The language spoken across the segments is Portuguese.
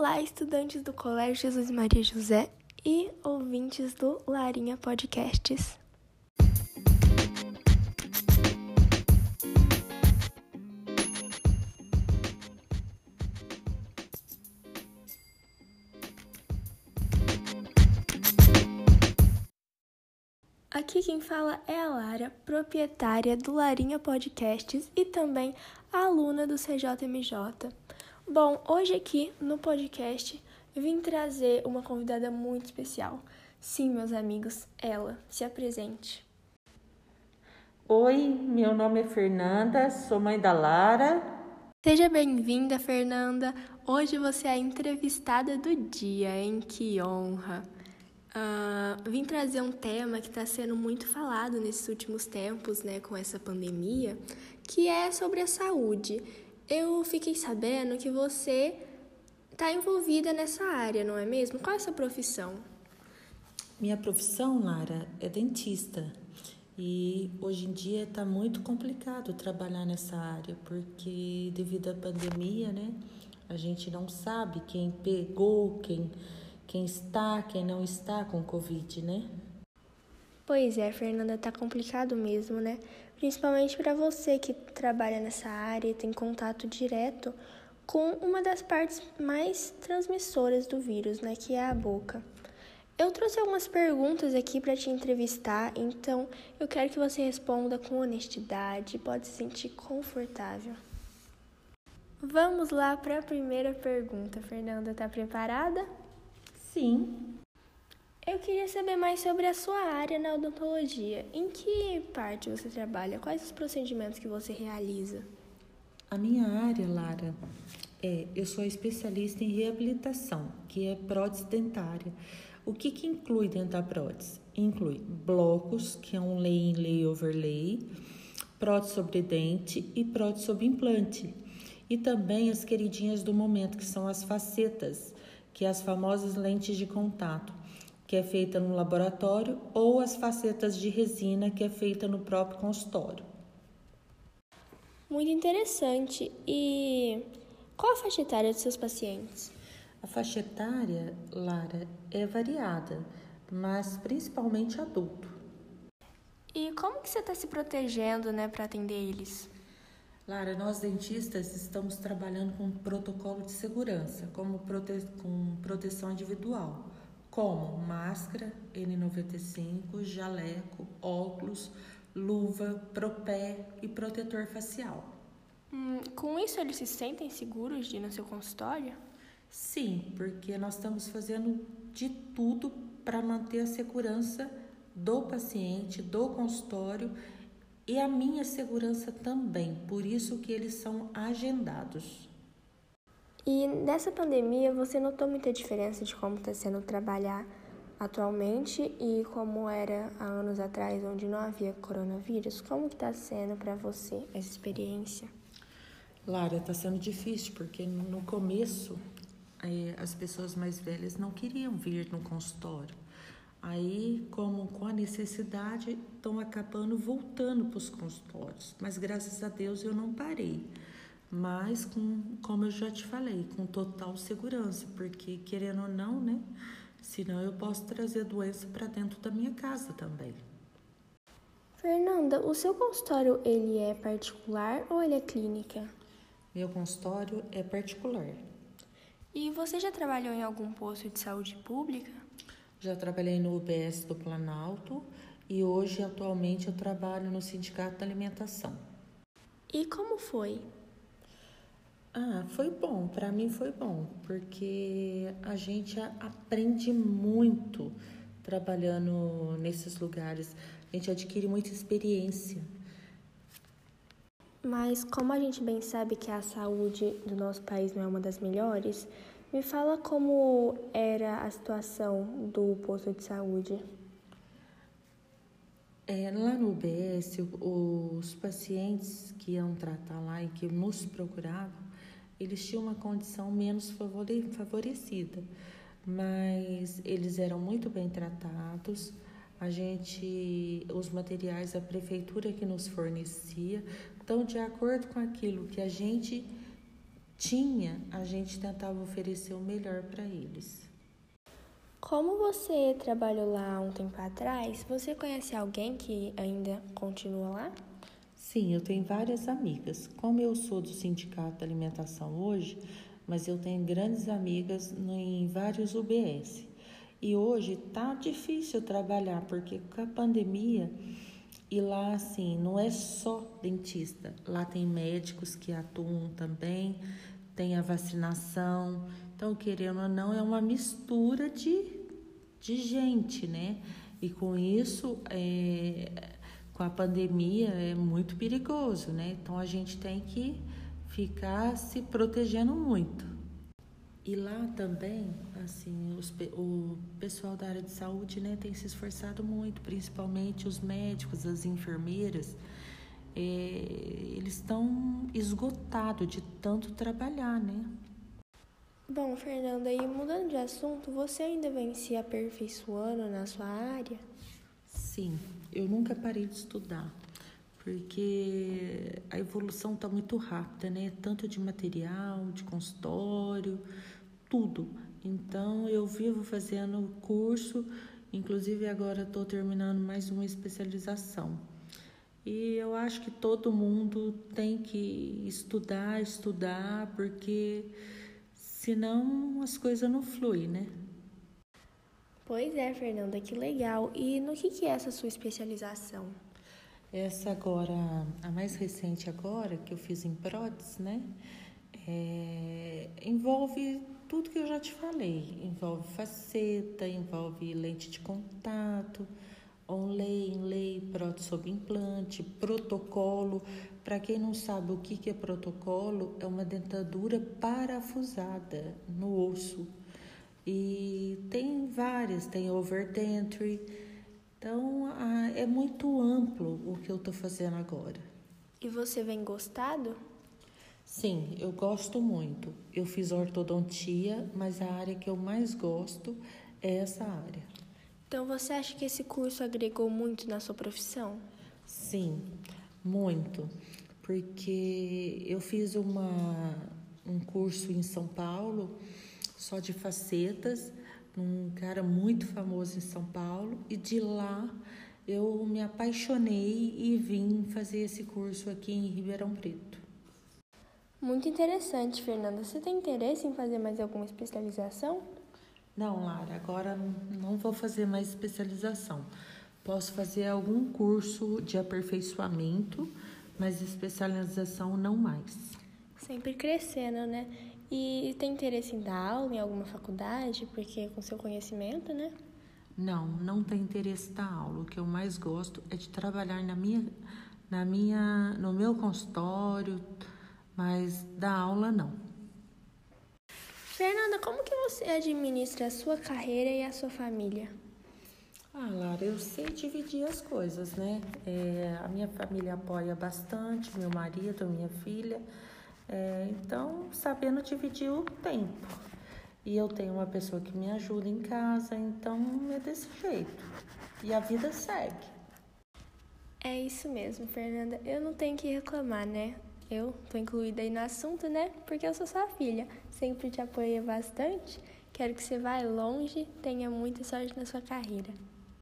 Olá, estudantes do Colégio Jesus Maria José e ouvintes do Larinha Podcasts. Aqui quem fala é a Lara, proprietária do Larinha Podcasts e também aluna do CJMJ. Bom, hoje aqui no podcast vim trazer uma convidada muito especial. Sim, meus amigos, ela. Se apresente. Oi, meu nome é Fernanda, sou mãe da Lara. Seja bem-vinda, Fernanda. Hoje você é a entrevistada do dia, hein? Que honra! Vim trazer um tema que está sendo muito falado nesses últimos tempos, né, com essa pandemia, que é sobre a saúde. Eu fiquei sabendo que você está envolvida nessa área, não é mesmo? Qual é a sua profissão? Minha profissão, Lara, é dentista. E hoje em dia está muito complicado trabalhar nessa área, porque devido à pandemia, né, a gente não sabe quem pegou, quem está, quem não está com Covid, né? Pois é, Fernanda, tá complicado mesmo, né? Principalmente para você que trabalha nessa área e tem contato direto com uma das partes mais transmissoras do vírus, né, que é a boca. Eu trouxe algumas perguntas aqui para te entrevistar, então eu quero que você responda com honestidade, pode se sentir confortável. Vamos lá para a primeira pergunta. Fernanda, tá preparada? Sim. Eu queria saber mais sobre a sua área na odontologia. Em que parte você trabalha? Quais os procedimentos que você realiza? A minha área, Lara, eu sou especialista em reabilitação, que é prótese dentária. O que inclui dentro da prótese? Inclui blocos, que é um lay-in, lay-overlay, prótese sobre dente e prótese sobre implante. E também as queridinhas do momento, que são as facetas, que é as famosas lentes de contato, que é feita no laboratório, ou as facetas de resina, que é feita no próprio consultório. Muito interessante. E qual a faixa etária dos seus pacientes? A faixa etária, Lara, é variada, mas principalmente adulto. E como que você está se protegendo, né, para atender eles? Lara, nós dentistas estamos trabalhando com um protocolo de segurança, com proteção individual, como máscara, N95, jaleco, óculos, luva, propé e protetor facial. Com isso, eles se sentem seguros de ir no seu consultório? Sim, porque nós estamos fazendo de tudo para manter a segurança do paciente, do consultório e a minha segurança também, por isso que eles são agendados. E nessa pandemia, você notou muita diferença de como está sendo trabalhar atualmente e como era há anos atrás, onde não havia coronavírus? Como que está sendo para você essa experiência? Lara, está sendo difícil, porque no começo as pessoas mais velhas não queriam vir no consultório. Aí, como com a necessidade, estão acabando voltando para os consultórios. Mas graças a Deus eu não parei. Mas, como eu já te falei, com total segurança, porque querendo ou não, né? Senão eu posso trazer doença para dentro da minha casa também. Fernanda, o seu consultório, ele é particular ou ele é clínica? Meu consultório é particular. E você já trabalhou em algum posto de saúde pública? Já trabalhei no UBS do Planalto e hoje, atualmente, eu trabalho no Sindicato da Alimentação. E como foi? Foi bom, para mim foi bom, porque a gente aprende muito trabalhando nesses lugares, a gente adquire muita experiência. Mas como a gente bem sabe que a saúde do nosso país não é uma das melhores, me fala como era a situação do posto de saúde. Lá no UBS, os pacientes que iam tratar lá e que nos procuravam, eles tinham uma condição menos favorecida, mas eles eram muito bem tratados. Os materiais, a prefeitura que nos fornecia, estão de acordo com aquilo que a gente tinha, a gente tentava oferecer o melhor para eles. Como você trabalhou lá há um tempo atrás, você conhece alguém que ainda continua lá? Sim, eu tenho várias amigas. Como eu sou do Sindicato da Alimentação hoje, mas eu tenho grandes amigas em vários UBS. E hoje tá difícil trabalhar, porque com a pandemia, e lá assim, não é só dentista, lá tem médicos que atuam também, tem a vacinação. Então, querendo ou não, é uma mistura de gente, né? E com isso, com a pandemia, é muito perigoso, né? Então, a gente tem que ficar se protegendo muito. E lá também, assim, o pessoal da área de saúde, né, tem se esforçado muito, principalmente os médicos, as enfermeiras, eles estão esgotados de tanto trabalhar, né? Bom, Fernanda, e mudando de assunto, você ainda vem se aperfeiçoando na sua área? Sim, eu nunca parei de estudar, porque a evolução está muito rápida, né? Tanto de material, de consultório, tudo. Então, eu vivo fazendo curso, inclusive agora estou terminando mais uma especialização. E eu acho que todo mundo tem que estudar, porque senão as coisas não fluem, né? Pois é, Fernanda, que legal. E no que é essa sua especialização? Essa agora, a mais recente agora, que eu fiz em prótese, né? Envolve tudo que eu já te falei. Envolve faceta, envolve lente de contato, onlay, inlay, prótese sob implante, protocolo. Para quem não sabe o que é protocolo, é uma dentadura parafusada no osso. E tem várias, tem overdentary. Então, é muito amplo o que eu estou fazendo agora. E você vem gostado? Sim, eu gosto muito. Eu fiz ortodontia, mas a área que eu mais gosto é essa área. Então, você acha que esse curso agregou muito na sua profissão? Sim, muito. Porque eu fiz um curso em São Paulo, só de facetas, um cara muito famoso em São Paulo, e de lá eu me apaixonei e vim fazer esse curso aqui em Ribeirão Preto. Muito interessante, Fernanda. Você tem interesse em fazer mais alguma especialização? Não, Lara, agora não vou fazer mais especialização. Posso fazer algum curso de aperfeiçoamento, mas especialização não mais. Sempre crescendo, né? E tem interesse em dar aula em alguma faculdade? Porque com seu conhecimento, né? Não tem interesse da aula. O que eu mais gosto é de trabalhar no meu consultório, mas da aula não. Fernanda, como que você administra a sua carreira e a sua família? Lara, eu sei dividir as coisas, né? A minha família apoia bastante, meu marido, minha filha. Então, sabendo dividir o tempo. E eu tenho uma pessoa que me ajuda em casa, então é desse jeito. E a vida segue. É isso mesmo, Fernanda. Eu não tenho que reclamar, né? Eu tô incluída aí no assunto, né? Porque eu sou sua filha. Sempre te apoiei bastante. Quero que você vá longe, tenha muita sorte na sua carreira.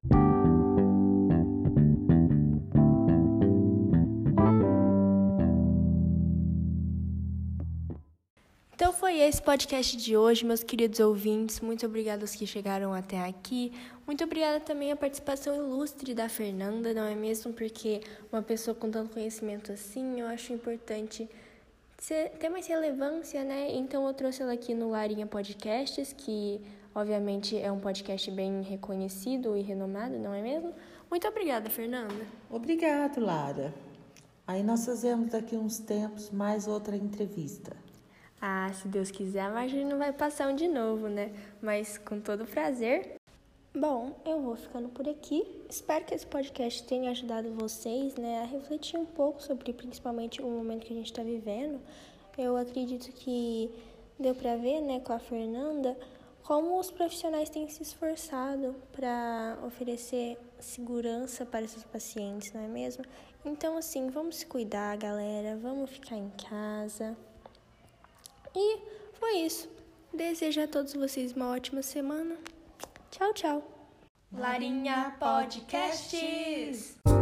Então foi esse podcast de hoje, meus queridos ouvintes. Muito obrigada aos que chegaram até aqui. Muito obrigada também à participação ilustre da Fernanda, não é mesmo? Porque uma pessoa com tanto conhecimento assim, eu acho importante ter mais relevância, né? Então eu trouxe ela aqui no Larinha Podcasts, que obviamente é um podcast bem reconhecido e renomado, não é mesmo? Muito obrigada, Fernanda. Obrigado, Lara. Aí nós fazemos daqui uns tempos mais outra entrevista. Ah, se Deus quiser, a Marjorie não vai passar de novo, né? Mas com todo prazer. Bom, eu vou ficando por aqui. Espero que esse podcast tenha ajudado vocês, né, a refletir um pouco sobre principalmente o momento que a gente está vivendo. Eu acredito que deu para ver, né, com a Fernanda, como os profissionais têm se esforçado para oferecer segurança para seus pacientes, não é mesmo? Então, assim, vamos se cuidar, galera. Vamos ficar em casa. E foi isso. Desejo a todos vocês uma ótima semana. Tchau, tchau. Larinha Podcasts.